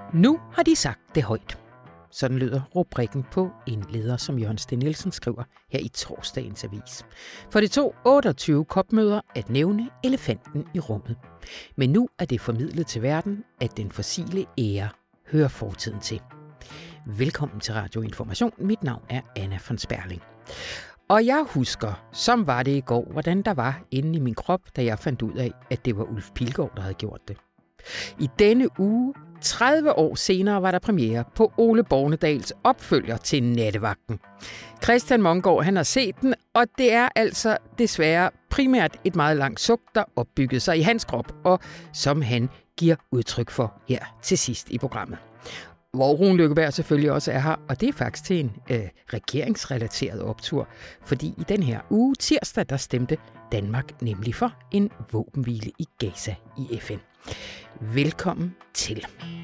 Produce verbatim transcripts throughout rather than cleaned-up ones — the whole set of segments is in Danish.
Nu har de sagt det højt. Sådan lyder rubrikken på en leder, som Jørgen Steen Nielsen skriver her i torsdagens avis. For det tog otteogtyve COP-møder at nævne elefanten i rummet. Men nu er det formidlet til verden, at den fossile ære hører fortiden til. Velkommen til Radio Information. Mit navn er Anna von Sperling. Og jeg husker, som var det i går, hvordan der var inde i min krop, da jeg fandt ud af, at det var Ulf Pilgaard, der havde gjort det. I denne uge, tredive år senere, var der premiere på Ole Bornedals opfølger til Nattevagten. Christian Mongård, han har set den, og det er altså desværre primært et meget langt suk, der opbyggede sig i hans krop, og som han giver udtryk for her til sidst i programmet. Hvor Rune Lykkeberg selvfølgelig også er her, og det er faktisk til en øh, regeringsrelateret optur, fordi i den her uge, tirsdag, der stemte Danmark nemlig for en våbenhvile i Gaza i F N. Velkommen til.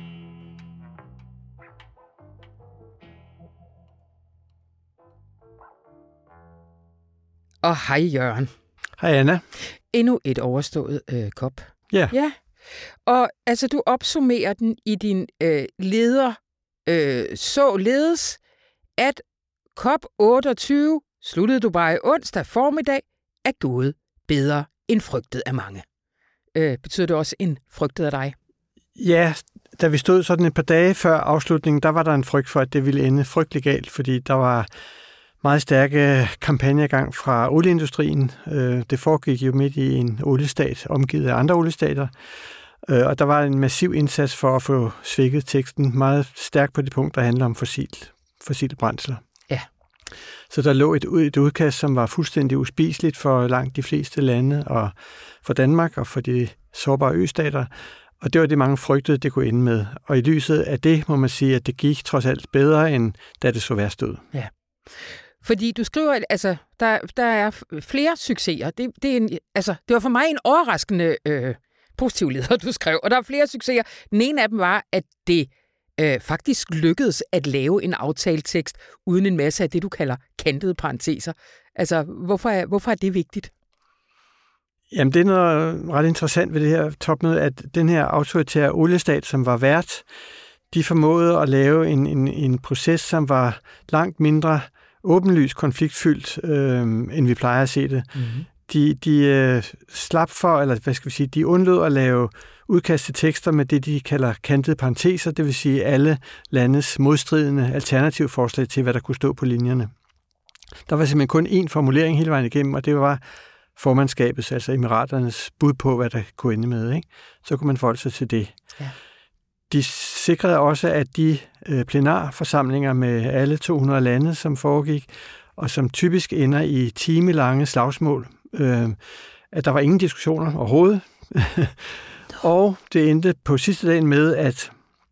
Og hej Jørgen. Hej Anna. Endnu et overstået øh, kop. Ja. Ja. Og altså, du opsummerer den i din øh, leder, øh, således, at COP otteogtyve, sluttede du bare i onsdag formiddag, er gået bedre end frygtet af mange. Øh, betyder det også en frygtet af dig? Ja, da vi stod sådan et par dage før afslutningen, der var der en frygt for, at det ville ende frygtelig galt, fordi der var meget stærke kampagnegang fra olieindustrien. Det foregik jo midt i en oliestat, omgivet af andre oliestater, og der var en massiv indsats for at få svækket teksten meget stærkt på det punkt, der handler om fossil, fossile brændsler. Ja. Så der lå et, et udkast, som var fuldstændig uspiseligt for langt de fleste lande, og for Danmark og for de sårbare østater. Og det var det, mange frygtede, det kunne ende med. Og i lyset af det, må man sige, at det gik trods alt bedre, end da det så værst ud. Ja. Fordi du skriver, altså, der, der er flere succeser. Det, det, er en, altså, det var for mig en overraskende øh, positiv leder, du skrev. Og der er flere succeser. Den ene af dem var, at det øh, faktisk lykkedes at lave en aftaletekst uden en masse af det, du kalder kantede parenteser. Altså, hvorfor er, hvorfor er det vigtigt? Jamen, det er noget ret interessant ved det her topmøde, at den her autoritære oliestat, som var vært, de formåede at lave en, en, en proces, som var langt mindre åbenlyst konfliktfyldt, øh, end vi plejer at se det. Mm-hmm. De, de øh, slap for, eller hvad skal vi sige, de undlod at lave udkast til tekster med det, de kalder kantede parenteser, det vil sige alle landes modstridende alternative forslag til, hvad der kunne stå på linjerne. Der var simpelthen kun én formulering hele vejen igennem, og det var formandskabets, altså emiraternes bud på, hvad der kunne ende med. Ikke? Så kunne man forholde sig til det. Ja. De sikrede også, at de øh, plenarforsamlinger med alle to hundrede lande, som foregik, og som typisk ender i timelange slagsmål, øh, at der var ingen diskussioner overhovedet. Og det endte på sidste dagen med, at,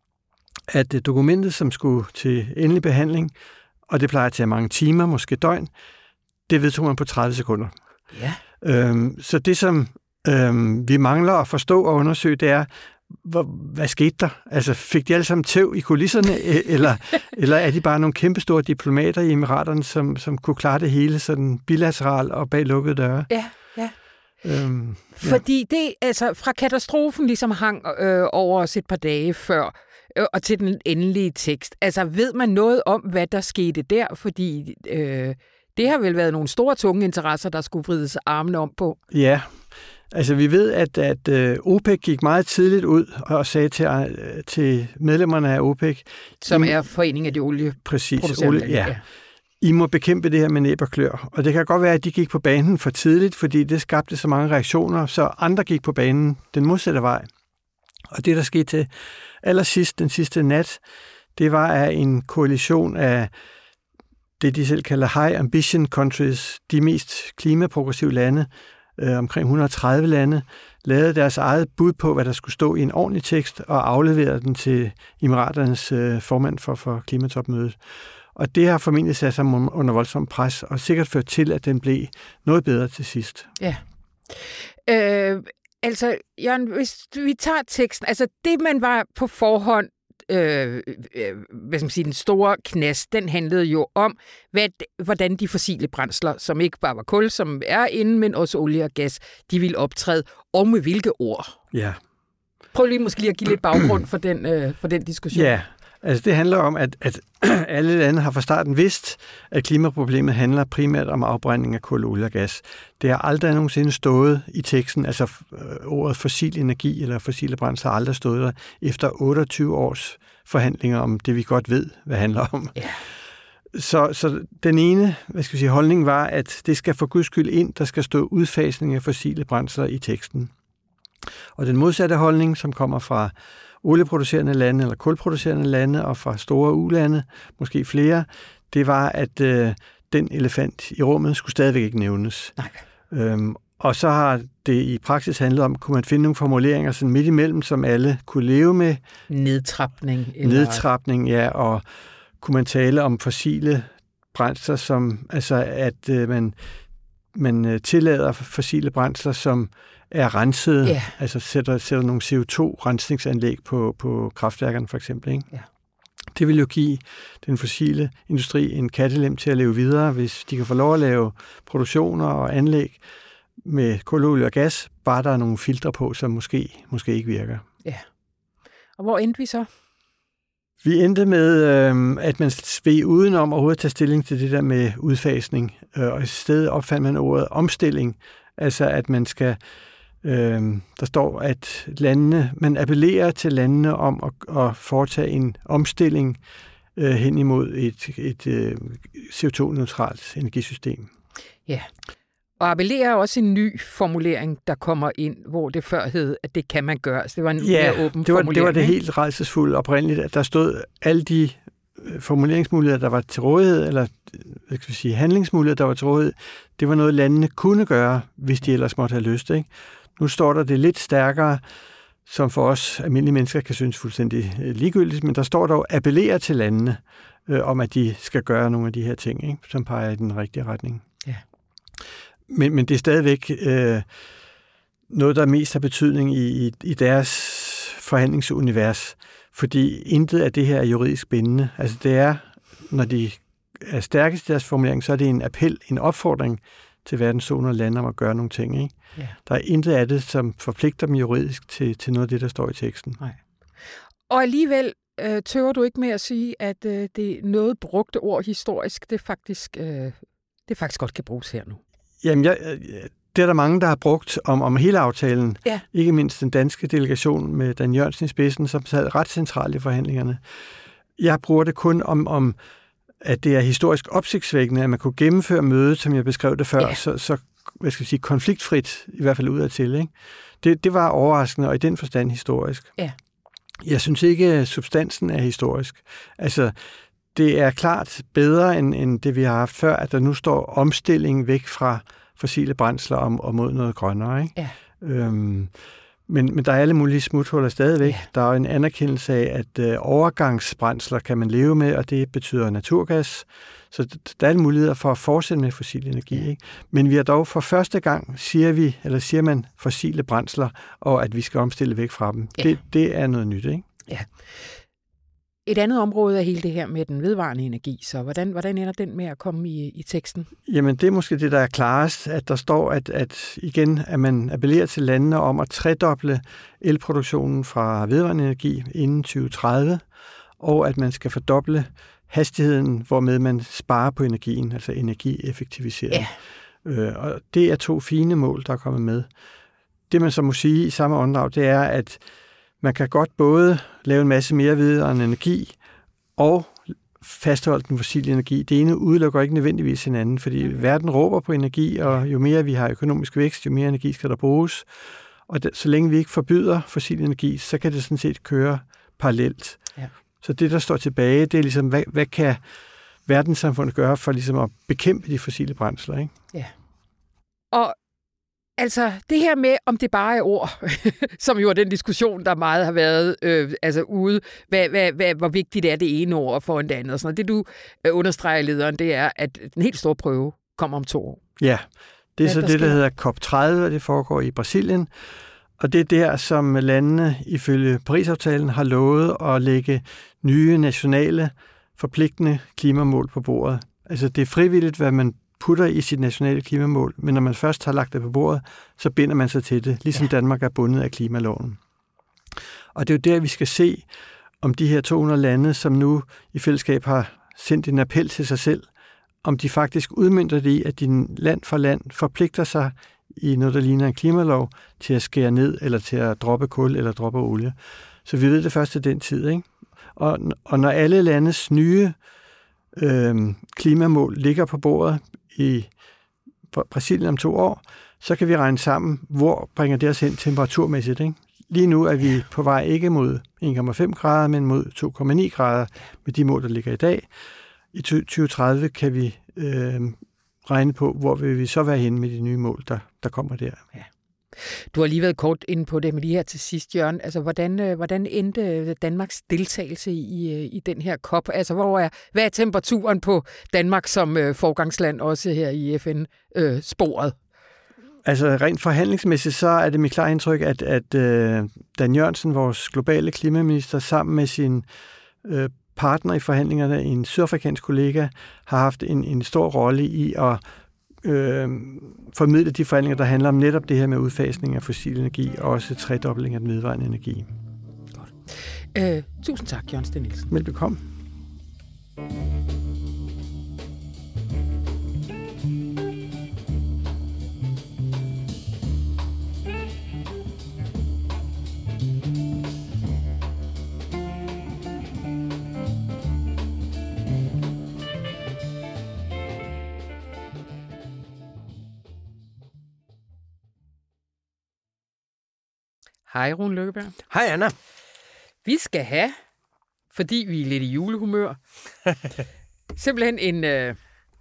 at dokumentet, som skulle til endelig behandling, og det plejer til at mange timer, måske døgn, det vedtog man på tredive sekunder. Ja. Øhm, så det, som øhm, vi mangler at forstå og undersøge, det er, hvor, hvad skete der? Altså, fik de alle sammen tæv i kulisserne, eller, eller er de bare nogle kæmpestore diplomater i Emiraterne, som, som kunne klare det hele sådan bilateralt og bag lukkede døre? Ja, ja. Øhm, Fordi ja. det, altså, fra katastrofen ligesom hang øh, over os et par dage før, øh, og til den endelige tekst, altså ved man noget om, hvad der skete der? Fordi øh, det har vel været nogle store, tunge interesser, der skulle vrides armene om på. Ja, altså vi ved, at, at øh, OPEC gik meget tidligt ud og sagde til, øh, til medlemmerne af OPEC, som er foreningen af de olie. Præcis, olie, ja. ja. I må bekæmpe det her med næb og klør. Og det kan godt være, at de gik på banen for tidligt, fordi det skabte så mange reaktioner, så andre gik på banen den modsatte vej. Og det, der skete til allersidst, den sidste nat, det var af en koalition af det, de selv kalder high ambition countries, de mest klimaprogressive lande, øh, omkring et hundrede og tredive lande, lavede deres eget bud på, hvad der skulle stå i en ordentlig tekst, og afleverede den til Emiraternes øh, formand for, for klimatopmødet. Og det har formentlig sat sig under voldsom pres, og sikkert ført til, at den blev noget bedre til sidst. Ja. Øh, altså, Jørgen, hvis vi tager teksten, altså det, man var på forhånd, øh, øh, hvad skal man sige, den store knast, den handlede jo om, hvad, hvordan de fossile brændsler, som ikke bare var kul, som er inde, men også olie og gas, de ville optræde, og med hvilke ord. Ja. Prøv lige måske lige at give lidt baggrund for den, øh, for den diskussion. Ja, altså det handler om, at, at alle lande har fra starten vidst, at klimaproblemet handler primært om afbrænding af kul, olie og gas. Det har aldrig nogensinde stået i teksten, altså ordet fossil energi eller fossile brændsler har aldrig stået der efter otteogtyve års forhandlinger om det, vi godt ved, hvad det handler om. Ja. Så, så den ene hvad skal jeg sige, holdning var, at det skal for guds skyld ind, der skal stå udfasning af fossile brændsler i teksten. Og den modsatte holdning, som kommer fra olieproducerende lande eller kulproducerende lande og fra store ulande, måske flere, det var, at øh, den elefant i rummet skulle stadigvæk ikke nævnes. Nej. Øhm, og så har det i praksis handlet om, kunne man finde nogle formuleringer sådan midt imellem, som alle kunne leve med. Nedtrapning. Eller... Nedtrapning, ja, og kunne man tale om fossile brændsler, som altså at øh, man, man tillader fossile brændsler, som er renset, yeah. altså sætter, sætter nogle C O to rensningsanlæg på, på kraftværkerne for eksempel. Ikke? Yeah. Det vil jo give den fossile industri en kattelem til at leve videre, hvis de kan få lov at lave produktioner og anlæg med kul, olie og gas, bare der er nogle filtre på, som måske, måske ikke virker. Ja. Yeah. Og hvor endte vi så? Vi endte med, øh, at man sveg udenom overhovedet at tage stilling til det der med udfasning, øh, og i stedet opfandt man ordet omstilling, altså at man skal, øh, der står, at landene, man appellerer til landene om at, at foretage en omstilling øh, hen imod et, et, et C O to neutralt energisystem. Ja, og appellerer er også en ny formulering, der kommer ind, hvor det før hed, at det kan man gøre. Så det var en ja, mere åben det var, formulering. det var det helt rædselsfulde oprindeligt, at der stod alle de formuleringsmuligheder, der var til rådighed, eller hvad skal vi sige, handlingsmuligheder, der var til rådighed, det var noget, landene kunne gøre, hvis de ellers måtte have lyst. Ikke? Nu står der det lidt stærkere, som for os almindelige mennesker kan synes fuldstændig ligegyldigt, men der står dog appellere til landene, øh, om at de skal gøre nogle af de her ting, ikke? Som peger i den rigtige retning. Ja. Men, men det er stadigvæk øh, noget, der mest har betydning i, i, i deres forhandlingsunivers, fordi intet af det her er juridisk bindende. Altså det er, når de er stærkest i deres formulering, så er det en appel, en opfordring til verdens zoner og lande om at gøre nogle ting. Ikke? Ja. Der er intet af det, som forpligter dem juridisk til, til noget af det, der står i teksten. Nej. Og alligevel øh, tøver du ikke med at sige, at øh, det noget brugte ord historisk, det faktisk, øh, det faktisk godt kan bruges her nu. Jamen, jeg, det er der mange, der har brugt om, om hele aftalen. Ja. Ikke mindst den danske delegation med Dan Jørgensen i spidsen, som sad ret centralt i forhandlingerne. Jeg bruger det kun om, om at det er historisk opsigtsvækkende, at man kunne gennemføre mødet, som jeg beskrev det før, ja. så, så hvad skal jeg sige, konfliktfrit, i hvert fald udadtil. Ikke? Det, det var overraskende, og i den forstand historisk. Ja. Jeg synes ikke, at substansen er historisk. Altså, det er klart bedre, end, end det vi har haft før, at der nu står omstilling væk fra fossile brændsler og, og mod noget grønnere. Ikke? Ja. Øhm, men, men der er alle mulige smuthuller stadigvæk. Ja. Der er en anerkendelse af, at øh, overgangsbrændsler kan man leve med, og det betyder naturgas. Så der er alle muligheder for at fortsætte med fossil energi. Ja. Ikke? Men vi har dog for første gang, siger vi, eller siger man, fossile brændsler, og at vi skal omstille væk fra dem. Ja. Det, det er noget nyt, ikke? Ja. Et andet område er hele det her med den vedvarende energi, så hvordan, hvordan ender den med at komme i, i teksten? Jamen, det er måske det, der er klarest, at der står, at, at igen, at man appellerer til landene om at tredoble elproduktionen fra vedvarende energi inden tyve tredive, og at man skal fordoble hastigheden, hvormed man sparer på energien, altså energieffektivisering. Ja. Øh, og det er to fine mål, der er kommet med. Det, man så må sige i samme åndedrag, det er, at man kan godt både lave en masse mere vedvarende energi og fastholde den fossile energi. Det ene udelukker ikke nødvendigvis hinanden, fordi verden råber på energi, og jo mere vi har økonomisk vækst, jo mere energi skal der bruges. Og det, så længe vi ikke forbyder fossil energi, så kan det sådan set køre parallelt. Ja. Så det, der står tilbage, det er ligesom, hvad, hvad kan verdenssamfundet gøre for ligesom at bekæmpe de fossile brændsler, ikke? Ja. Og altså, det her med, om det bare er ord, som jo er den diskussion, der meget har været øh, altså ude, hvad, hvad, hvad, hvor vigtigt er det ene ord for det andet og sådan noget. Det du øh, understreger, lederen, det er, at den helt store prøve kommer om to år. Ja, det er hvad, så der det, der sker? hedder COP tredive, og det foregår i Brasilien. Og det er der, som landene ifølge Paris-aftalen har lovet at lægge nye nationale forpligtende klimamål på bordet. Altså, det er frivilligt, hvad man putter i sit nationale klimamål, men når man først har lagt det på bordet, så binder man sig til det, ligesom ja. Danmark er bundet af klimaloven. Og det er jo der, vi skal se, om de her to hundrede lande, som nu i fællesskab har sendt en appel til sig selv, om de faktisk udmønter det i, at de land for land forpligter sig i noget, der ligner en klimalov, til at skære ned, eller til at droppe kul, eller droppe olie. Så vi ved det først til den tid, ikke? Og, og når alle landes nye øh, klimamål ligger på bordet i Brasilien om to år, så kan vi regne sammen, hvor bringer det os hen temperaturmæssigt, ikke? Lige nu er vi på vej ikke mod en komma fem grader, men mod to komma ni grader med de mål, der ligger i dag. I tyve tredive kan vi øh, regne på, hvor vil vi så være henne med de nye mål, der, der kommer der. Ja. Du har lige været kort inde på det, men lige her til sidst, Jørgen. Altså, hvordan, hvordan endte Danmarks deltagelse i, i den her COP? Altså, hvor er, hvad er temperaturen på Danmark som øh, forgangsland, også her i F N-sporet? Øh, altså, rent forhandlingsmæssigt, så er det mit klare indtryk, at, at øh, Dan Jørgensen, vores globale klimaminister, sammen med sin øh, partner i forhandlingerne, en sydafrikansk kollega, har haft en, en stor rolle i at øh, formidle de forhandlinger, der handler om netop det her med udfasning af fossil energi, og også tredobling af den vedvarende energi. Godt. Øh, tusind tak, Jørgen Steen Nielsen. Velbekomme. Hej, Rune Lykkeberg. Hej, Anna. Vi skal have, fordi vi er lidt i julehumør, simpelthen en øh,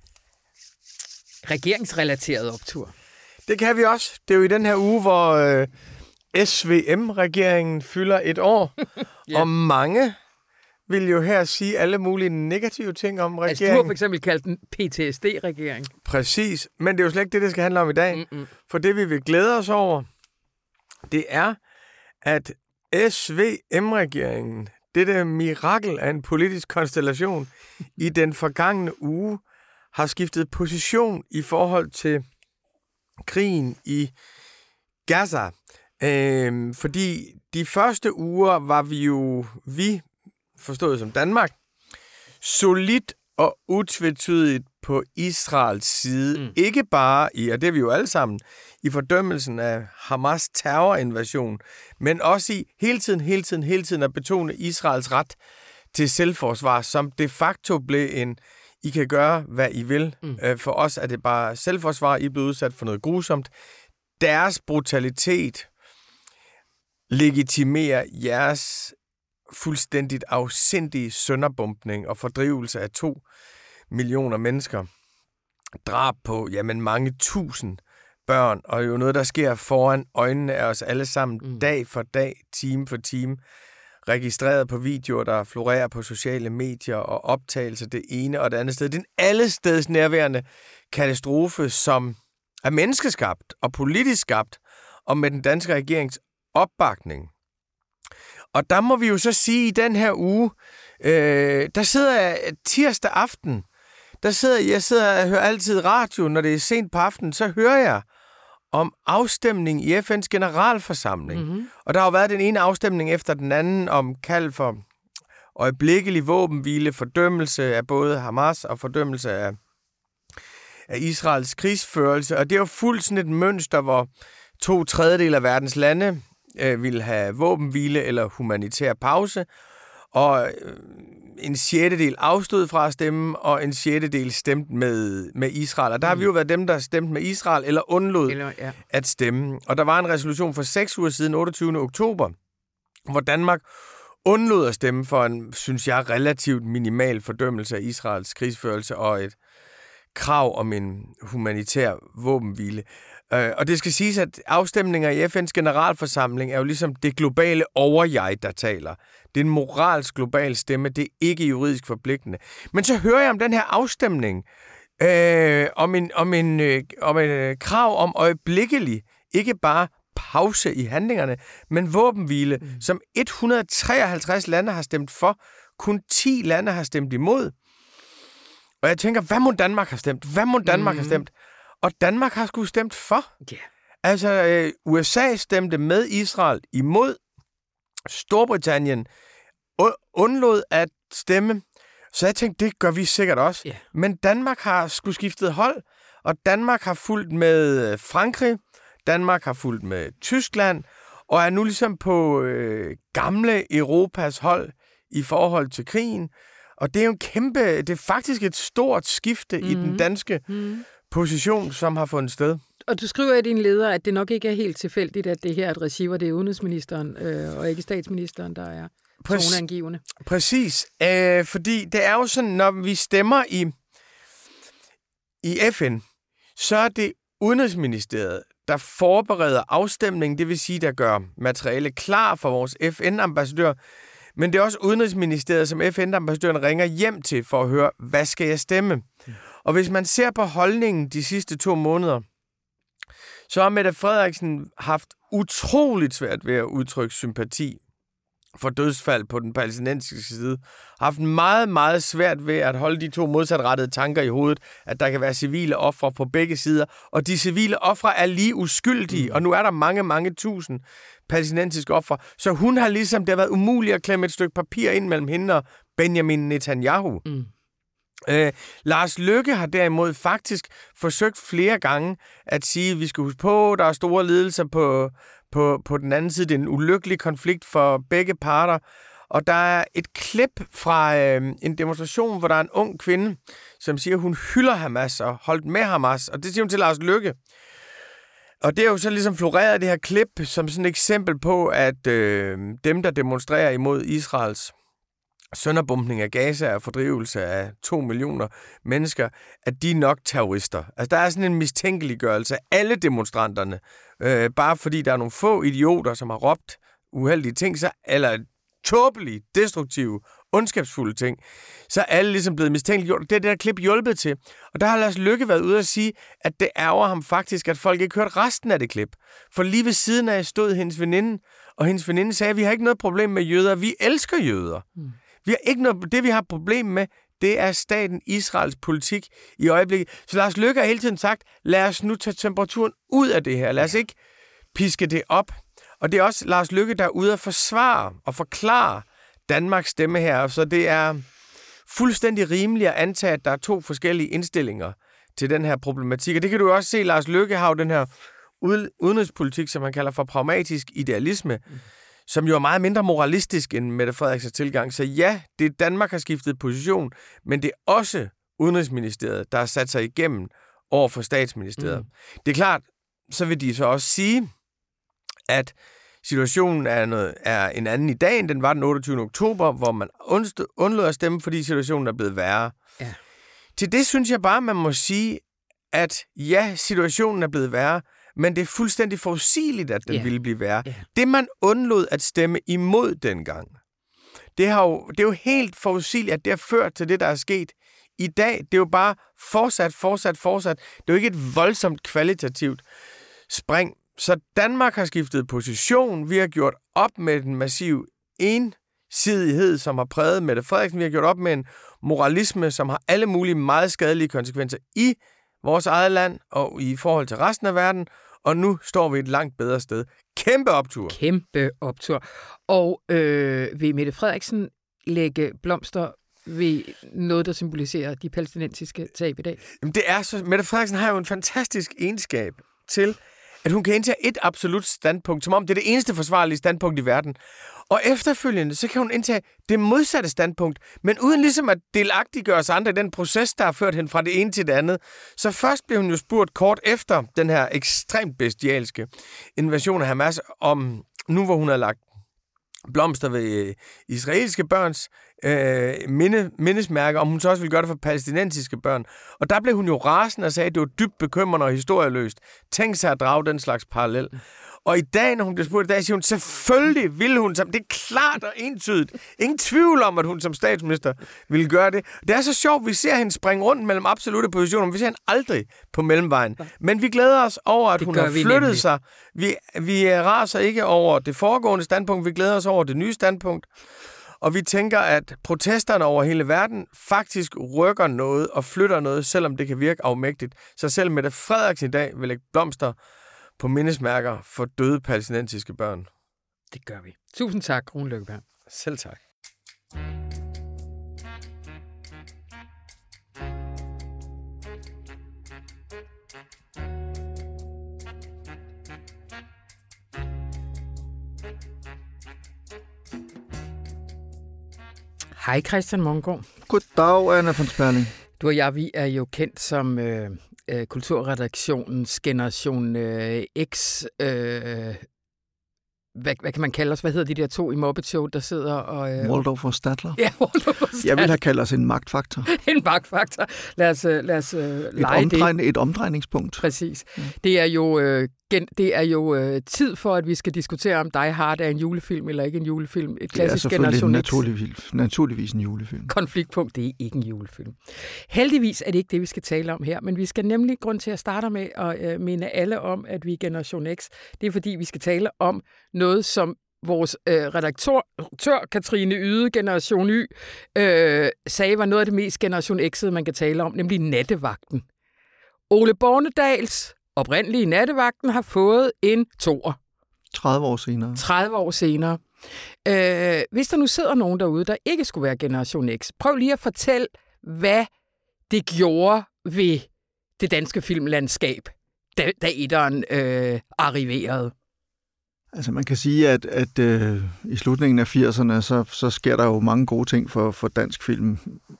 regeringsrelateret optur. Det kan vi også. Det er jo i den her uge, hvor øh, S V M-regeringen fylder et år, ja. Og mange vil jo her sige alle mulige negative ting om regeringen. Altså, du har for eksempel kaldt den P T S D-regering. Præcis, men det er jo slet ikke det, det skal handle om i dag. Mm-mm. For det, vi vil glæde os over, det er, at S V M-regeringen, dette mirakel af en politisk konstellation, i den forgangne uge har skiftet position i forhold til krigen i Gaza. Øhm, fordi de første uger var vi jo, vi, forstået som Danmark, solidt og utvetydigt på Israels side. Mm. Ikke bare i, og det er vi jo alle sammen, i fordømmelsen af Hamas terrorinvasion, men også i hele tiden, hele tiden, hele tiden at betone Israels ret til selvforsvar, som de facto blev en, I kan gøre, hvad I vil. Mm. For os er det bare selvforsvar, I er blevet udsat for noget grusomt. Deres brutalitet legitimerer jeres fuldstændigt afsindige sønderbumpning og fordrivelse af to millioner mennesker. Drab på, jamen mange tusind børn, og jo noget, der sker foran øjnene af os alle sammen, mm. dag for dag, time for time, registreret på videoer, der florerer på sociale medier og optagelser det ene og det andet sted. Det er en allesteds nærværende katastrofe, som er menneskeskabt og politisk skabt, og med den danske regerings opbakning. Og der må vi jo så sige, i den her uge, øh, der sidder jeg tirsdag aften, der sidder jeg sidder og hører altid radio, når det er sent på aftenen, så hører jeg om afstemning i F N's generalforsamling. Mm-hmm. Og der har jo været den ene afstemning efter den anden om kald for øjeblikkelig våbenhvile, fordømmelse af både Hamas og fordømmelse af, af Israels krigsførelse. Og det er jo fuldt sådan et mønster, hvor to tredjedel af verdens lande øh, vil have våbenhvile eller humanitær pause, og øh, en sjettedel afstod fra at stemme, og en sjettedel stemte med, med Israel. Og der mm. har vi jo været dem, der stemte med Israel, eller undlod eller, ja. at stemme. Og der var en resolution for seks uger siden, otteogtyvende oktober, hvor Danmark undlod at stemme for en, synes jeg, relativt minimal fordømmelse af Israels krigsførelse og et krav om en humanitær våbenhvile. Og det skal siges, at afstemninger i F N's generalforsamling er jo ligesom det globale over-jeg, der taler. Det er en moralsk global stemme, det er ikke juridisk forpligtende. Men så hører jeg om den her afstemning, øh, om en, om en, øh, om en øh, krav om øjeblikkelig, ikke bare pause i handlingerne, men våbenhvile, mm. som et hundrede og treoghalvtreds lande har stemt for, kun ti lande har stemt imod. Og jeg tænker, hvad må Danmark have stemt? Hvad må Danmark mm. have stemt? Og Danmark har sgu stemt for. Yeah. Altså, øh, U S A stemte med Israel imod. Storbritannien undlod at stemme, så jeg tænkte, det gør vi sikkert også. Yeah. Men Danmark har skulle skiftet hold, og Danmark har fulgt med Frankrig, Danmark har fulgt med Tyskland, og er nu ligesom på øh, gamle Europas hold i forhold til krigen. Og det er jo en kæmpe, det er faktisk et stort skifte mm. i den danske mm. position, som har fundet sted. Og du skriver i din leder, at det nok ikke er helt tilfældigt, at det her er et receiver, det er udenrigsministeren øh, og ikke statsministeren, der er toneangivende. Præcis, øh, fordi det er jo sådan, når vi stemmer i, i F N, så er det Udenrigsministeriet, der forbereder afstemningen, det vil sige, der gør materiale klar for vores F N-ambassadør, men det er også Udenrigsministeriet, som F N-ambassadøren ringer hjem til for at høre, hvad skal jeg stemme? Mm. Og hvis man ser på holdningen de sidste to måneder, så har Mette Frederiksen haft utroligt svært ved at udtrykke sympati for dødsfald på den palæstinensiske side. Har haft meget, meget svært ved at holde de to modsatrettede tanker i hovedet, at der kan være civile ofre på begge sider, og de civile ofre er lige uskyldige, mm. og nu er der mange, mange tusind palæstinensiske ofre, så hun har ligesom, det har været umuligt at klemme et stykke papir ind mellem hende og Benjamin Netanyahu. Mm. Øh, Lars Løkke har derimod faktisk forsøgt flere gange at sige, at vi skal huske på, der er store lidelser på, på, på den anden side. Det er en ulykkelig konflikt for begge parter. Og der er et klip fra øh, en demonstration, hvor der er en ung kvinde, som siger, at hun hylder Hamas og holdt med Hamas. Og det siger hun til Lars Løkke. Og det er jo så ligesom floreret det her klip som sådan et eksempel på, at øh, dem, der demonstrerer imod Israels sønderbombning af Gaza og fordrivelse af to millioner mennesker, at de er nok terrorister. Altså, der er sådan en mistænkeliggørelse af alle demonstranterne, øh, bare fordi der er nogle få idioter, som har råbt uheldige ting, så, eller tåbelige, destruktive, ondskabsfulde ting, så er alle ligesom blevet mistænkeliggjort. Det er det der klip hjulpet til. Og der har Lars Løkke været ude at sige, at det ærger ham faktisk, at folk ikke hørte resten af det klip. For lige ved siden af stod hendes veninde, og hendes veninde sagde, at vi har ikke noget problem med jøder, vi elsker jøder. Mm. Vi har ikke noget, det, vi har problem med, det er staten Israels politik i øjeblikket. Så Lars Løkke har hele tiden sagt, lad os nu tage temperaturen ud af det her. Lad os ikke piske det op. Og det er også Lars Løkke, der er ude at forsvare og forklare Danmarks stemme her. Så det er fuldstændig rimeligt at antage, at der er to forskellige indstillinger til den her problematik. Og det kan du også se, Lars Løkke har jo den her udenrigspolitik, som han kalder for pragmatisk idealisme, mm. som jo er meget mindre moralistisk end Mette Frederiksens tilgang. Så ja, det er Danmark har skiftet position, men det er også Udenrigsministeriet, der har sat sig igennem over for Statsministeriet. Mm. Det er klart, så vil de så også sige, at situationen er, noget, er en anden i dag, end den var den otteogtyvende oktober, hvor man undlod at stemme, fordi situationen er blevet værre. Ja. Til det synes jeg bare, man må sige, at ja, situationen er blevet værre, men det er fuldstændig forudsigeligt, at den yeah. ville blive værre. Yeah. Det, man undlod at stemme imod dengang, det, har jo, det er jo helt forudsigeligt, at det har ført til det, der er sket i dag. Det er jo bare fortsat, fortsat, fortsat. Det er jo ikke et voldsomt kvalitativt spring. Så Danmark har skiftet position. Vi har gjort op med den massive ensidighed, som har præget Mette Frederiksen. Vi har gjort op med en moralisme, som har alle mulige meget skadelige konsekvenser i vores eget land og i forhold til resten af verden, og nu står vi et langt bedre sted. Kæmpe optur. Kæmpe optur. Og øh, vil Mette Frederiksen lægge blomster ved noget, der symboliserer de palæstinensiske tab i dag? Jamen det er så. Mette Frederiksen har jo en fantastisk egenskab til, at hun kan indtage et absolut standpunkt, som om det er det eneste forsvarlige standpunkt i verden. Og efterfølgende, så kan hun indtage det modsatte standpunkt, men uden ligesom at delagtiggøre os andre i den proces, der har ført hende fra det ene til det andet. Så først blev hun jo spurgt kort efter den her ekstremt bestialske invasion af Hamas, om nu hvor hun har lagt blomster ved israelske børns øh, minde, mindesmærker, om hun så også ville gøre det for palæstinensiske børn. Og der blev hun jo rasende og sagde, at det var dybt bekymrende og historieløst. Tænk sig at drage den slags parallel. Og i dag, når hun bliver spurgt i dag, siger hun, selvfølgelig ville hun, som det er klart og entydigt. Ingen tvivl om, at hun som statsminister ville gøre det. Det er så sjovt, vi ser hende springe rundt mellem absolutte positioner, men vi ser hende aldrig på mellemvejen. Men vi glæder os over, at det hun har flyttet nemlig. sig. Vi, vi raser ikke over det foregående standpunkt, vi glæder os over det nye standpunkt. Og vi tænker, at protesterne over hele verden faktisk rykker noget og flytter noget, selvom det kan virke afmægtigt. Så selv Mette Frederiksen i dag vil lægge blomster på mindesmærker for døde palæstinensiske børn. Det gør vi. Tusind tak, Rune Lykkeberg. Selv tak. Hej Christian Mongård. Goddag, Anna von Sperling. Du og jeg, vi er jo kendt som øh, øh, kulturredaktionens Generation øh, X. Øh, hvad, hvad kan man kalde os? Hvad hedder de der to i Muppet Show, der sidder og... Øh, Waldorf og Statler. Ja, Waldorf og Statler. Jeg vil have kaldt os en magtfaktor. En magtfaktor. Lad os, lad os øh, lege et, omdrejning, et omdrejningspunkt. Præcis. Ja. Det er jo, øh, gen, det er jo øh, tid for, at vi skal diskutere, om Die Hard er en julefilm eller ikke en julefilm. Et klassisk det er Generation naturligvis, naturligvis en julefilm. Konfliktpunkt, det er ikke en julefilm. Heldigvis er det ikke det, vi skal tale om her, men vi skal nemlig, grund til at starte med at øh, minde alle om, at vi er Generation X. Det er fordi, vi skal tale om noget, som vores øh, redaktør, Katrine Yde, Generation Y, øh, sagde, var noget af det mest Generation X'ede, man kan tale om, nemlig Nattevagten. Ole Bornedals oprindelige Nattevagten har fået en toer. tredive år senere. tredive år senere. Øh, hvis der nu sidder nogen derude, der ikke skulle være Generation X, prøv lige at fortælle, hvad det gjorde ved det danske filmlandskab, da, da etteren øh, arriverede. Altså man kan sige, at, at øh, i slutningen af firserne, så, så sker der jo mange gode ting for, for dansk film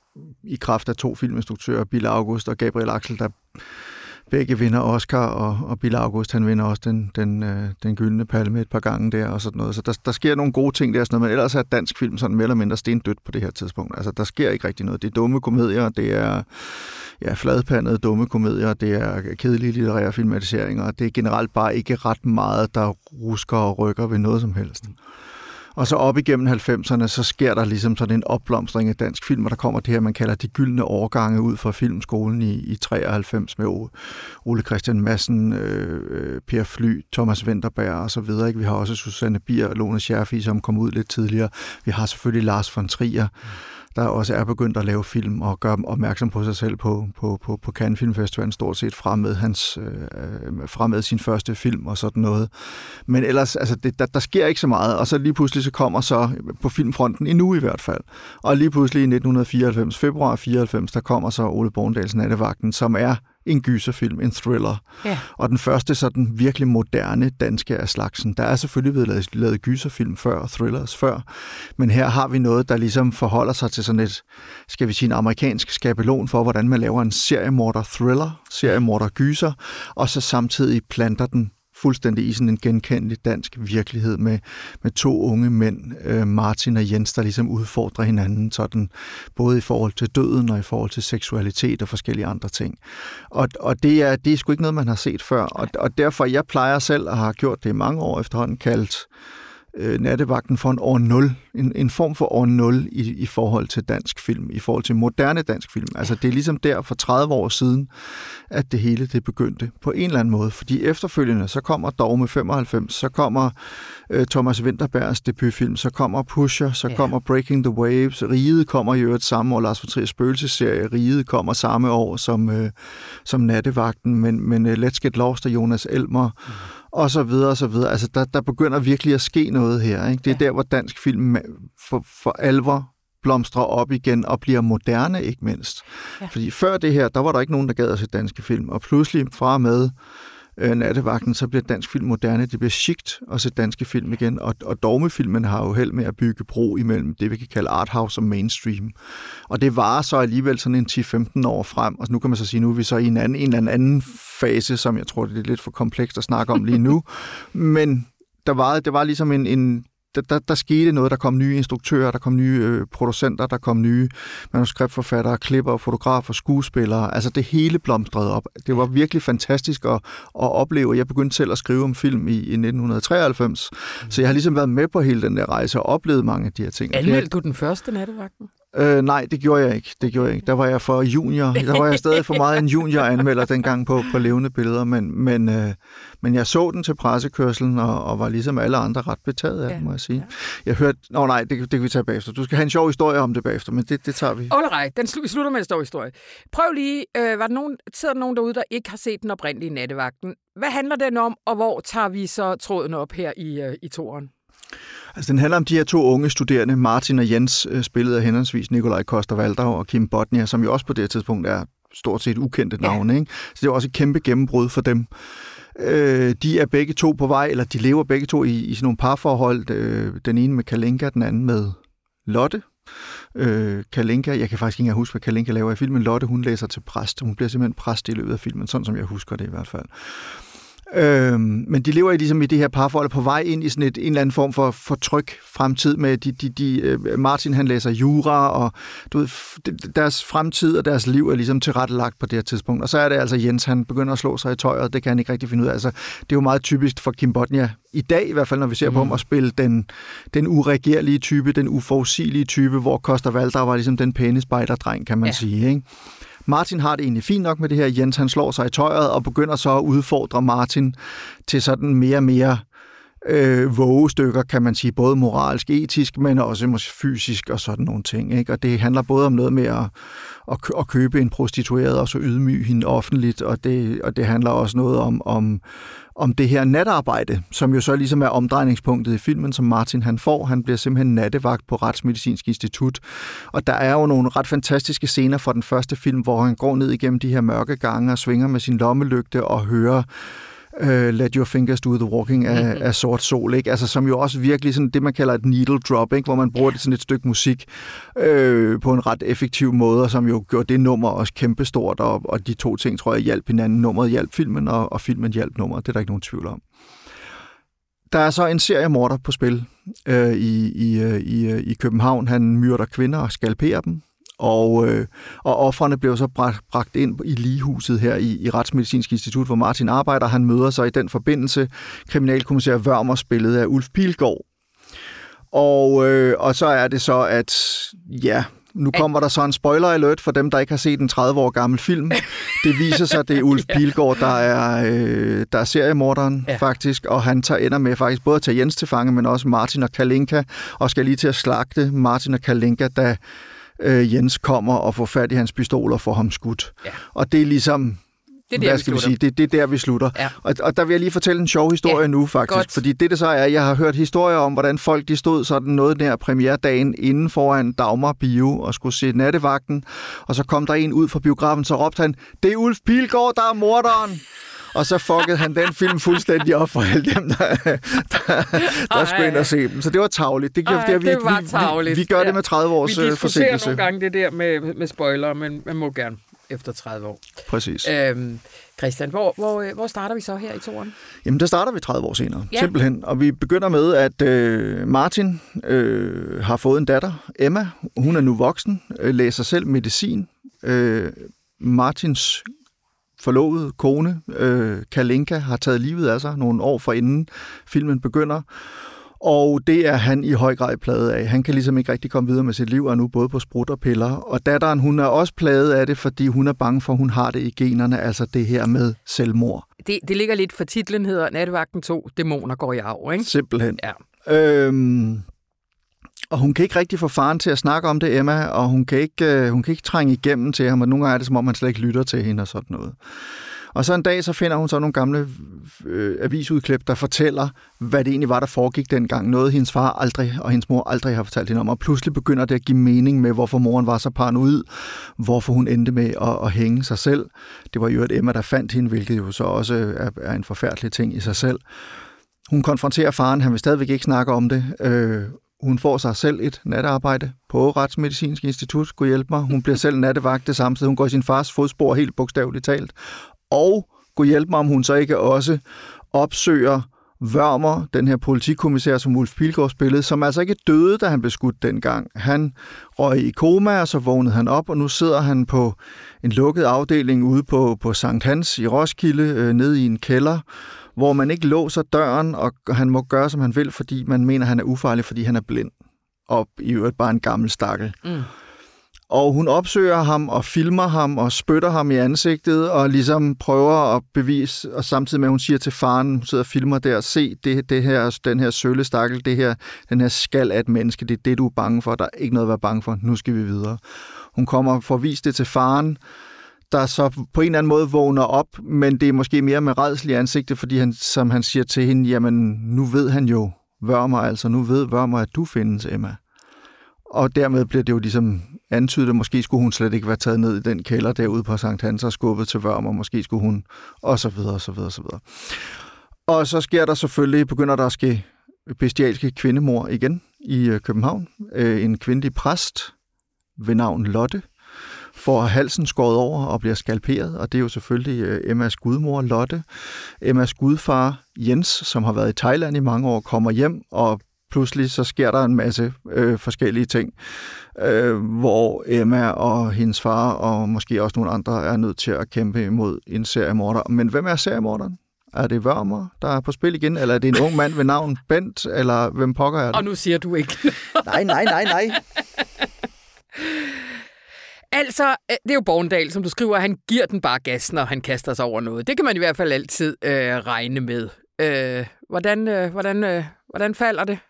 i kraft af to filminstruktører, Bille August og Gabriel Axel, der begge vinder Oscar, og, og Bille August, han vinder også den, den, øh, den gyldne palme et par gange der og sådan noget. Så der, der sker nogle gode ting der, sådan noget, men ellers er dansk film sådan mere eller mindre stendødt på det her tidspunkt. Altså der sker ikke rigtig noget. Det er dumme komedier, det er ja, fladpandede dumme komedier, det er kedelige litterære filmatiseringer, det er generelt bare ikke ret meget, der rusker og rykker ved noget som helst. Og så op igennem halvfemserne, så sker der ligesom sådan en opblomstring af dansk film, og der kommer det her, man kalder de gyldne årgange ud fra filmskolen i, i treoghalvfems med Ole Christian Madsen, øh, Per Fly, Thomas Vinterberg og så videre. Ikke? Vi har også Susanne Bier og Lone Scherfig, som kom ud lidt tidligere. Vi har selvfølgelig Lars von Trier, der også er begyndt at lave film og gøre opmærksom på sig selv på, på, på, på Cannes Filmfestivalen, stort set frem med, hans, øh, frem med sin første film og sådan noget. Men ellers, altså, det, der, der sker ikke så meget, og så lige pludselig så kommer så på filmfronten, endnu i hvert fald, og lige pludselig i nitten fireoghalvfems, februar fireoghalvfems, der kommer så Ole Bornedals Nattevagten, som er en gyserfilm, en thriller. Ja. Og den første sådan virkelig moderne danske af slagsen. Der er selvfølgelig blevet lavet, lavet gyserfilm før, thrillers før, men her har vi noget, der ligesom forholder sig til sådan et, skal vi sige, en amerikansk skabelon for, hvordan man laver en seriemorder-thriller, seriemorder-gyser, og så samtidig planter den fuldstændig i sådan en genkendelig dansk virkelighed med, med to unge mænd, øh, Martin og Jens, der ligesom udfordrer hinanden, sådan, både i forhold til døden og i forhold til seksualitet og forskellige andre ting. Og, og det, er, det er sgu ikke noget, man har set før, og, og derfor, jeg plejer selv at have gjort det i mange år efterhånden, kaldt øh, Nattevagten for en år nul, en, en form for år nul i, i forhold til dansk film, i forhold til moderne dansk film. Altså det er ligesom der for tredive år siden, at det hele det begyndte på en eller anden måde, fordi efterfølgende, så kommer Dogme femoghalvfems, så kommer øh, Thomas Vinterbergs debutfilm, så kommer Pusher, så ja. kommer Breaking the Waves, Riget kommer i øvrigt samme år, Lars von Triers spøgelsesserie, Riget kommer samme år som, øh, som Nattevagten, men, men uh, Let's Get Lost af Jonas Elmer, mm. og så videre, og så videre. Altså, der, der begynder virkelig at ske noget her. Ikke? Det er ja. der, hvor dansk film for, for alvor blomstrer op igen og bliver moderne, ikke mindst. Ja. Fordi før det her, der var der ikke nogen, der gad at se danske film, og pludselig fra med øh, Nattevagten, så bliver dansk film moderne. Det bliver chict at se danske film igen, og, og dogmefilmen har jo held med at bygge bro imellem det, vi kan kalde arthouse og mainstream. Og det varer så alligevel sådan en ti til femten år frem, og nu kan man så sige, nu er vi så i en, anden, en eller anden fase, som jeg tror, det er lidt for komplekst at snakke om lige nu, men der var, det var ligesom en, en Der, der, der skete noget, der kom nye instruktører, der kom nye øh, producenter, der kom nye manuskriptforfattere, klipper, fotografer, skuespillere. Altså det hele blomstrede op. Det var virkelig fantastisk at, at opleve. Jeg begyndte selv at skrive om film i, i nitten treoghalvfems, mm. så jeg har ligesom været med på hele den der rejse og oplevet mange af de her ting. Anmeldte du den første Nattevagten? Øh, nej, det gjorde jeg ikke. Det gjorde jeg ikke. Der var jeg for junior. Der var jeg stadig for meget en junior-anmelder dengang på, på levende billeder, men, men, øh, men jeg så den til pressekørselen og, og var ligesom alle andre ret betaget af ja. den, må jeg sige. Ja. Jeg hørte... Nå nej, det, det kan vi tage bagefter. Du skal have en sjov historie om det bagefter, men det, det tager vi. All right, den sl- slutter med en stor historie. Prøv lige, øh, var der nogen, sidder der nogen derude, der ikke har set den oprindelige Nattevagten? Hvad handler den om, og hvor tager vi så tråden op her i, øh, i toeren? Altså, den handler om de her to unge studerende, Martin og Jens, spillet af henholdsvis Nikolaj Coster-Waldau og Kim Bodnia, som jo også på det her tidspunkt er stort set ukendte navne. Ja. Ikke? Så det er også et kæmpe gennembrud for dem. Øh, de er begge to på vej, eller de lever begge to i, i sådan nogle parforhold. Øh, den ene med Kalinka, den anden med Lotte. Øh, Kalinka, jeg kan faktisk ikke huske, hvad Kalinka laver i filmen. Lotte, hun læser til præst. Hun bliver simpelthen præst i løbet af filmen, sådan som jeg husker det i hvert fald. Øhm, men de lever i, ligesom i det her parforhold på vej ind i sådan et, en eller anden form for, for tryg fremtid med de, de, de, Martin han læser jura, og du ved, deres fremtid og deres liv er ligesom tilrettelagt på det her tidspunkt. Og så er det altså Jens, han begynder at slå sig i tøjet, det kan han ikke rigtig finde ud af. Altså, det er jo meget typisk for Kim Bodnia i dag, i hvert fald når vi ser mm. på ham, at spille den, den uregerlige type, den uforudsigelige type, hvor Coster-Waldau var ligesom den pæne spejderdreng, kan man ja. sige, ikke? Martin har det egentlig fint nok med det her. Jens, han slår sig i tøjet og begynder så at udfordre Martin til sådan mere og mere øh, vågestykker, kan man sige, både moralsk, etisk, men også måske fysisk og sådan nogle ting. Ikke? Og det handler både om noget med at, at, at købe en prostitueret og så ydmyge hende offentligt, og det, og det handler også noget om, om, om det her natarbejde, som jo så ligesom er omdrejningspunktet i filmen, som Martin han får. Han bliver simpelthen nattevagt på Retsmedicinsk Institut. Og der er jo nogle ret fantastiske scener fra den første film, hvor han går ned igennem de her mørke gange og svinger med sin lommelygte og hører Uh, Let Your Fingers Do the Walking af, mm-hmm. af Sort Sol, ikke? Altså, som jo også virkelig sådan det, man kalder et needle drop, ikke? Hvor man bruger det sådan et stykke musik øh, på en ret effektiv måde, og som jo gjorde det nummer også kæmpestort, og, og de to ting, tror jeg, hjalp hinanden. Nummeret hjalp filmen, og, og filmen hjalp nummeret. Det er der ikke nogen tvivl om. Der er så en seriemorder på spil øh, i, i, i, i København. Han myrder kvinder og skalperer dem. Og, øh, og offrene blev så bragt, bragt ind i ligehuset her i, i Retsmedicinsk Institut, hvor Martin arbejder. Han møder sig i den forbindelse kriminalkommissær Wørmer, spillet af Ulf Pilgaard. Og, øh, og så er det så, at ja, nu kommer der så en spoiler alert for dem, der ikke har set en tredive år gammel film. Det viser sig, at det er Ulf Pilgaard, der er, øh, der er seriemorderen ja. faktisk, og han tager ender med faktisk både at tage Jens til fange, men også Martin og Kalinka, og skal lige til at slagte Martin og Kalinka, da Øh, Jens kommer og får fat i hans pistol og får ham skudt. Ja. Og det er ligesom, det er der, hvad skal vi, vi sige, det, det er der, vi slutter. Ja. Og, og der vil jeg lige fortælle en sjov historie ja, nu, faktisk. Godt. Fordi det, det så er, jeg har hørt historier om, hvordan folk de stod sådan noget nær premieredagen inden foran Dagmar Bio og skulle se Nattevagten, og så kom der en ud fra biografen, så råbte han, det er Ulf Pilgaard, der er morderen! Og så fuckede han den film fuldstændig op for alle dem, der, der, der skulle ind og se dem. Så det var tarveligt. Det, Ej, det, vi, det var tarveligt. Vi, vi gør ja. det med tredive års forsinkelse. Vi diskuterer nogle gange det der med, med spoiler, men man må gerne efter tredive år. Præcis. Øhm, Christian, hvor, hvor, hvor starter vi så her i toren? Jamen, der starter vi tredive år senere, ja. simpelthen. Og vi begynder med, at øh, Martin øh, har fået en datter, Emma. Hun er nu voksen, øh, læser selv medicin. Øh, Martins forlovede kone, øh, Kalinka, har taget livet af sig nogle år forinden filmen begynder. Og det er han i høj grad plaget af. Han kan ligesom ikke rigtig komme videre med sit liv, og er nu både på sprut og piller. Og datteren, hun er også plaget af det, fordi hun er bange for, at hun har det i generne, altså det her med selvmord. Det, det ligger lidt for titlen, hedder Nattevagten to, Dæmoner går i arv, ikke? Simpelthen. Ja. Øhm, og hun kan ikke rigtig få faren til at snakke om det, Emma, og hun kan ikke, hun kan ikke trænge igennem til ham, og nogle gange er det, som om man slet ikke lytter til hende og sådan noget. Og så en dag, så finder hun så nogle gamle øh, avisudklip, der fortæller, hvad det egentlig var, der foregik dengang. Noget, hendes far aldrig og hendes mor aldrig har fortalt hende om. Og pludselig begynder det at give mening med, hvorfor moren var så paranoid, hvorfor hun endte med at, at hænge sig selv. Det var jo et Emma, der fandt hende, hvilket jo så også er, er en forfærdelig ting i sig selv. Hun konfronterer faren, han vil stadigvæk ikke snakke om det. Øh, Hun får sig selv et natarbejde på Retsmedicinsk Institut. Gud hjælpe mig. Hun bliver selv nattevagt det samme sted. Hun går i sin fars fodspor helt bogstaveligt talt. Og Gud hjælpe mig, om hun så ikke også opsøger Wørmer, den her politikommissær, som Ulf Pilgaard spillede, som altså ikke døde, da han blev skudt dengang. Han røg i koma, og så vågnede han op, og nu sidder han på en lukket afdeling ude på, på Sankt Hans i Roskilde, øh, nede i en kælder, hvor man ikke låser døren, og han må gøre, som han vil, fordi man mener, han er ufarlig, fordi han er blind. Og i øvrigt bare en gammel stakkel. Mm. Og hun opsøger ham og filmer ham og spytter ham i ansigtet og ligesom prøver at bevise, og samtidig med, at hun siger til faren, hun sidder og filmer der, se det, det her, den her sølle stakkel, det her, den her skal af et menneske, det er det, du er bange for, der er ikke noget at være bange for, nu skal vi videre. Hun kommer for at vise det til faren, der så på en eller anden måde vågner op, men det er måske mere med rædsel i ansigtet, fordi han, som han siger til hende, jamen nu ved han jo, Vørmer, altså nu ved Vørmer, at du findes, Emma. Og dermed bliver det jo ligesom antydet, at måske skulle hun slet ikke være taget ned i den kælder derude på Sankt Hans og skubbet til Vørmer, måske skulle hun, og så videre, og så videre, og så videre. Og så sker der selvfølgelig, begynder der at ske bestialske kvindemord igen i øh, København. Øh, en kvindelig præst ved navn Lotte får halsen skåret over og bliver skalperet, og det er jo selvfølgelig øh, Emmas gudmor Lotte. Emmas gudfar Jens, som har været i Thailand i mange år, kommer hjem, og pludselig så sker der en masse øh, forskellige ting, øh, hvor Emma og hendes far og måske også nogle andre er nødt til at kæmpe imod en seriemorder. Men hvem er seriemorderen? Er det Vørmer, der er på spil igen, eller er det en ung mand ved navn Bent, eller hvem pokker er det? Og nu siger du ikke. nej, nej, nej, nej. Altså, det er jo Bornedal, som du skriver, han giver den bare gas, når han kaster sig over noget. Det kan man i hvert fald altid øh, regne med. Øh, hvordan, øh, hvordan, øh, hvordan falder det?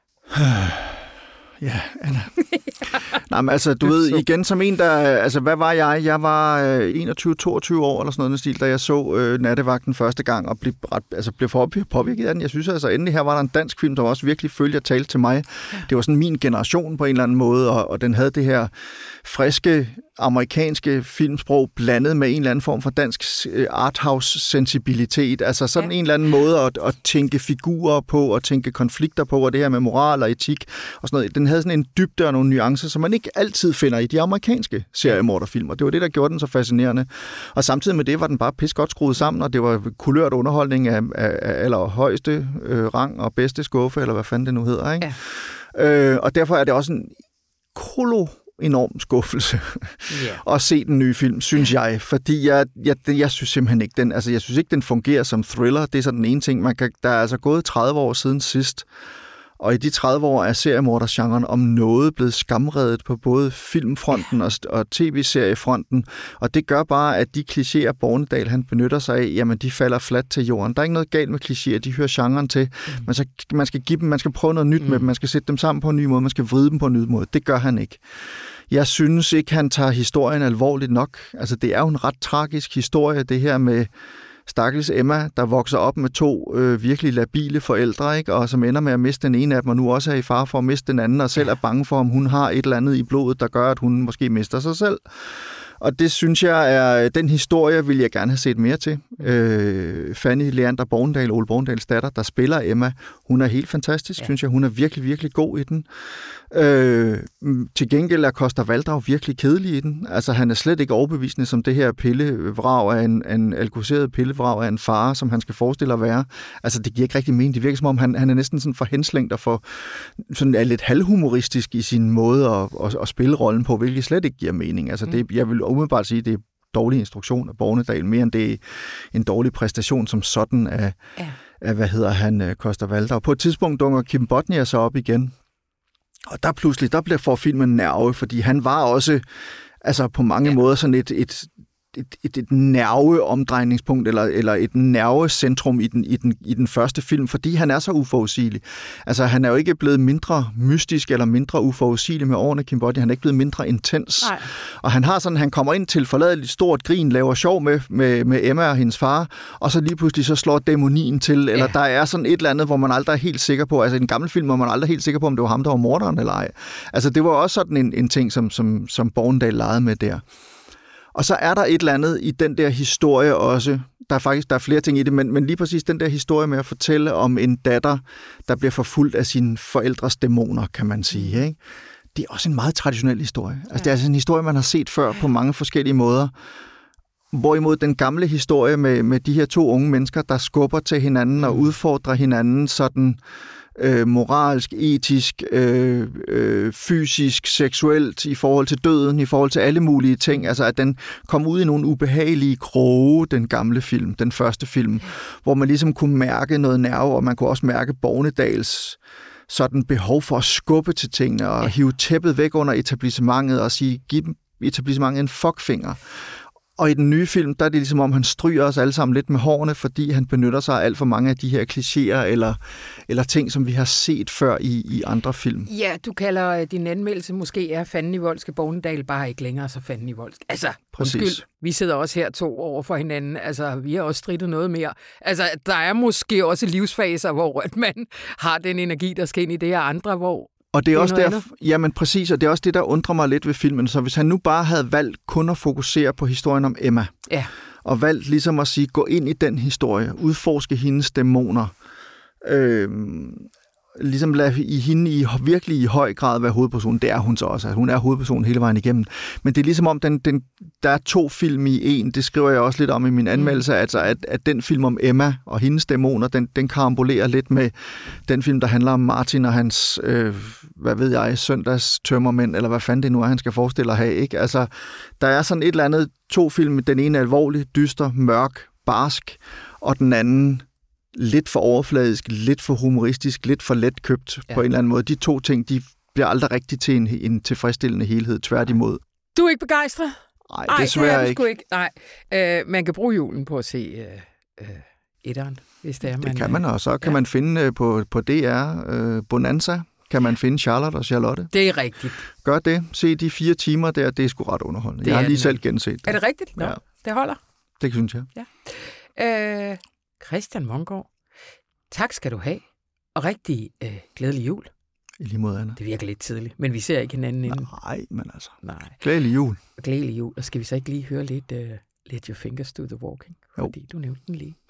Ja, Anna. Nej, men altså, du ved, igen som en, der... Altså, hvad var jeg? Jeg var øh, enogtyve toogtyve år, eller sådan noget den stil, da jeg så øh, Nattevagten første gang, og blev, ret, altså, blev påvirket af den. Jeg synes altså, endelig her var der en dansk film, der også virkelig følte at tale til mig. Det var sådan min generation på en eller anden måde, og, og den havde det her friske amerikanske filmsprog blandet med en eller anden form for dansk arthouse-sensibilitet. Altså sådan ja. en eller anden måde at, at tænke figurer på, og tænke konflikter på, og det her med moral og etik og sådan noget. Den havde sådan en dybde og nogle nuancer, som man ikke altid finder i de amerikanske seriemorderfilmer. Det var det, der gjorde den så fascinerende. Og samtidig med det var den bare pis godt skruet sammen, og det var kulørt underholdning af, af, af allerhøjeste øh, rang og bedste skuffe, eller hvad fanden det nu hedder. Ikke? Ja. Øh, og derfor er det også en kolo enorm skuffelse yeah. at se den nye film, synes jeg, fordi jeg, jeg, jeg synes simpelthen ikke, den, altså jeg synes ikke, den fungerer som thriller. Det er sådan den ene ting. Man kan, der er altså gået tredive år siden sidst, og i de tredive år er seriemordergenren om noget blevet skamredet på både filmfronten og, og tv-seriefronten, og det gør bare, at de klichéer, Bornedal han benytter sig af, jamen de falder fladt til jorden. Der er ikke noget galt med klichéer, de hører genren til, mm. men så, man skal give dem, man skal prøve noget nyt mm. med dem, man skal sætte dem sammen på en ny måde, man skal vride dem på en ny måde. Det gør han ikke. Jeg synes ikke, han tager historien alvorligt nok. Altså, det er jo en ret tragisk historie, det her med stakkels Emma, der vokser op med to øh, virkelig labile forældre, ikke? Og som ender med at miste den ene af dem, og nu også er i fare for at miste den anden, og selv er bange for, om hun har et eller andet i blodet, der gør, at hun måske mister sig selv. Og det synes jeg er, den historie vil jeg gerne have set mere til. Øh, Fanny Leander Bornedal, Ole Bornedals datter, der spiller Emma, hun er helt fantastisk, ja. synes jeg. Hun er virkelig, virkelig god i den. Øh, til gengæld er Costa Waldau virkelig kedelig i den. Altså, han er slet ikke overbevisende som det her pillevrag af en, en alkoholiseret pillevrag af en far, som han skal forestille at være. Altså, det giver ikke rigtig mening. Det virker som om, han, han er næsten sådan for henslængt og for sådan er lidt halvhumoristisk i sin måde at, at, at spille rollen på, hvilket slet ikke giver mening. Altså, det, jeg vil umiddelbart sige, det er dårlig instruktion af Bornedal, mere end det er en dårlig præstation som sådan af, ja. af hvad hedder han, Costa Waldau. På et tidspunkt dunger Kim Bodnia så op igen, og der pludselig, der bliver for filmen nerve, fordi han var også, altså på mange ja. måder sådan et, et Et, et, et nerveomdrejningspunkt eller, eller et nervecentrum i den, i, den, i den første film, fordi han er så uforudsigelig. Altså, han er jo ikke blevet mindre mystisk eller mindre uforudsigelig med årene, Kim Bodnia. Han er ikke blevet mindre intens. Nej. Og han har sådan, han kommer ind til forladeligt stort grin, laver sjov med, med, med Emma og hendes far, og så lige pludselig så slår dæmonien til, eller ja. der er sådan et eller andet, hvor man aldrig er helt sikker på, altså i en gammel film, hvor man aldrig er helt sikker på, om det var ham, der var morderen eller ej. Altså, det var også sådan en, en ting, som, som, som Bornedal legede med der. Og så er der et eller andet i den der historie også. Der er faktisk der er flere ting i det, men, men lige præcis den der historie med at fortælle om en datter, der bliver forfulgt af sine forældres dæmoner, kan man sige. Ikke? Det er også en meget traditionel historie. Altså, det er altså en historie, man har set før på mange forskellige måder. Hvorimod den gamle historie med, med de her to unge mennesker, der skubber til hinanden og udfordrer hinanden sådan øh, moralsk, etisk, øh, øh, fysisk, seksuelt, i forhold til døden, i forhold til alle mulige ting. Altså at den kom ud i nogle ubehagelige kroge, den gamle film, den første film, hvor man ligesom kunne mærke noget nerve, og man kunne også mærke Bornedals sådan behov for at skubbe til tingene og hive tæppet væk under etablissementet og sige, giv dem etablissementet en fuckfinger. Og i den nye film, der er det ligesom om, han stryger os alle sammen lidt med hårene, fordi han benytter sig af alt for mange af de her klichéer eller, eller ting, som vi har set før i, i andre film. Ja, du kalder din anmeldelse måske er Fanden i Voldske Bornedal bare ikke længere så Fanden i Voldsk. Altså, Præcis. undskyld, vi sidder også her to over for hinanden. Altså, vi har også strittet noget mere. Altså, der er måske også livsfaser, hvor at man har den energi, der skal ind i det, og andre, hvor Og det er, det er også der, der, jamen præcis, og det er også det, der undrer mig lidt ved filmen. Så hvis han nu bare havde valgt kun at fokusere på historien om Emma, ja. og valgt ligesom at sige, gå ind i den historie, udforske hendes dæmoner, øh, ligesom lade i hende i, virkelig i høj grad være hovedpersonen. Det er hun så også. Altså, hun er hovedpersonen hele vejen igennem. Men det er ligesom om, den, den, der er to film i en. Det skriver jeg også lidt om i min anmeldelse. Mm. Altså, at, at den film om Emma og hendes dæmoner, den, den karambolerer lidt med den film, der handler om Martin og hans, øh, hvad ved jeg, søndagstømmermænd, eller hvad fanden det nu er, han skal forestille at have. Ikke? Altså, der er sådan et eller andet to film. Den ene er alvorlig, dyster, mørk, barsk, og den anden lidt for overfladisk, lidt for humoristisk, lidt for letkøbt ja. På en eller anden måde. De to ting, de bliver aldrig rigtig til en, en tilfredsstillende helhed, tværtimod. Du er ikke begejstret? Nej, desværre det er ikke. ikke. Nej, øh, man kan bruge julen på at se øh, øh, etteren, hvis det er. Det man, kan man, og så kan ja. man finde øh, på, på D R øh, Bonanza, kan man finde Charlotte og Charlotte. Det er rigtigt. Gør det. Se de fire timer der, det er sgu ret underholdende. Det jeg har lige selv genset det. Er det rigtigt? Nå, ja. Det holder. Det synes jeg. Ja. Øh, Christian Mongård, tak skal du have, og rigtig øh, glædelig jul. I lige måde, Anna. Det virker lidt tidligt, men vi ser ikke hinanden inden. Nej, men altså. Nej. Glædelig jul. Glædelig jul, og skal vi så ikke lige høre lidt uh, Let Your Fingers Do The Walking? Jo. Fordi du nævnte den lige.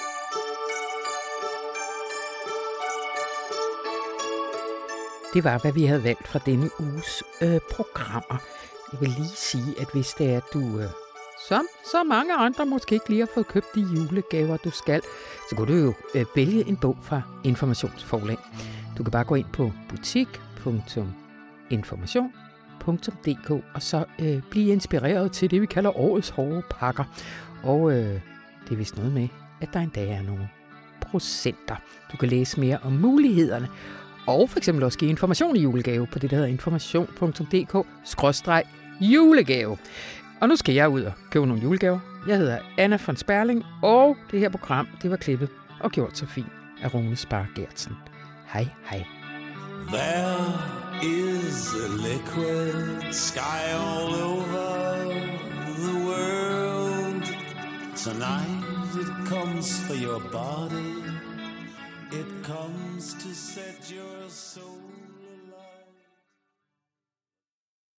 Det var, hvad vi havde valgt fra denne uges øh, programmer. Jeg vil lige sige, at hvis det er, at du... Øh, som så mange andre måske ikke lige har fået købt de julegaver, du skal, så kan du jo øh, vælge en bog fra Informationsforlag. Du kan bare gå ind på butik punktum information punktum d k og så øh, blive inspireret til det, vi kalder årets hårde pakker. Og øh, det er vist noget med, at der endda er nogle procenter. Du kan læse mere om mulighederne, og for eksempel også give information i julegave på det, der hedder information punktum d k skråstreg julegave. Og nu skal jeg ud og købe nogle julegaver. Jeg hedder Anna von Sperling, og det her program, det var klippet og gjort så fint af Rune Spar Gertsen. Hej, hej. There is a liquid sky all over the world. Tonight it comes for your body. It comes to set your soul.